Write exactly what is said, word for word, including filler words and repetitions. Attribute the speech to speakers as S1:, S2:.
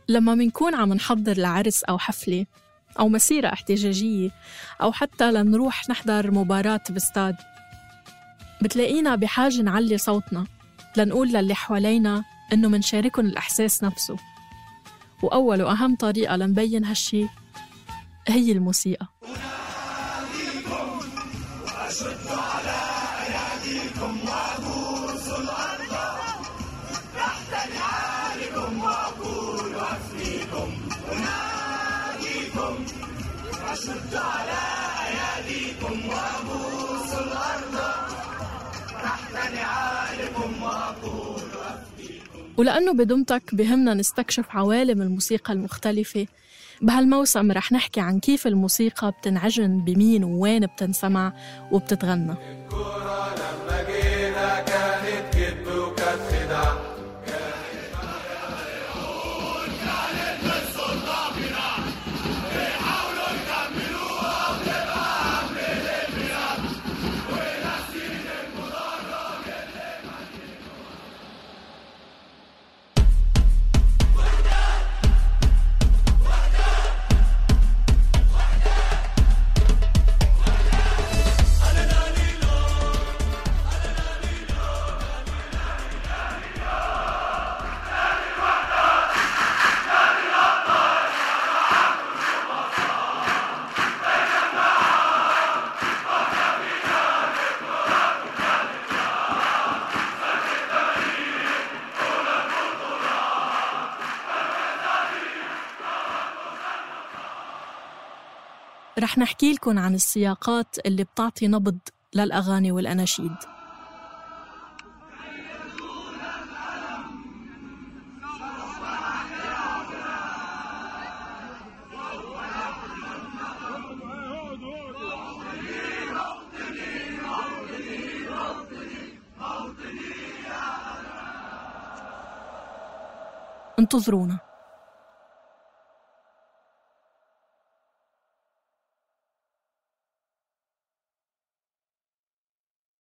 S1: لما منكون عم نحضر لعرس أو حفلة أو مسيرة احتجاجية أو حتى لنروح نحضر مباراة باستاد، بتلاقينا بحاجة نعلي صوتنا لنقول للي حوالينا إنه منشاركن الإحساس نفسه. وأول وأهم طريقة لنبين هالشي هي الموسيقى. ولأنه بدمتك بهمنا نستكشف عوالم الموسيقى المختلفة، بهالموسم رح نحكي عن كيف الموسيقى بتنعجن بمين ووين بتنسمع وبتتغنى. رح نحكي لكم عن السياقات اللي بتعطي نبض للأغاني والأناشيد. انتظرونا.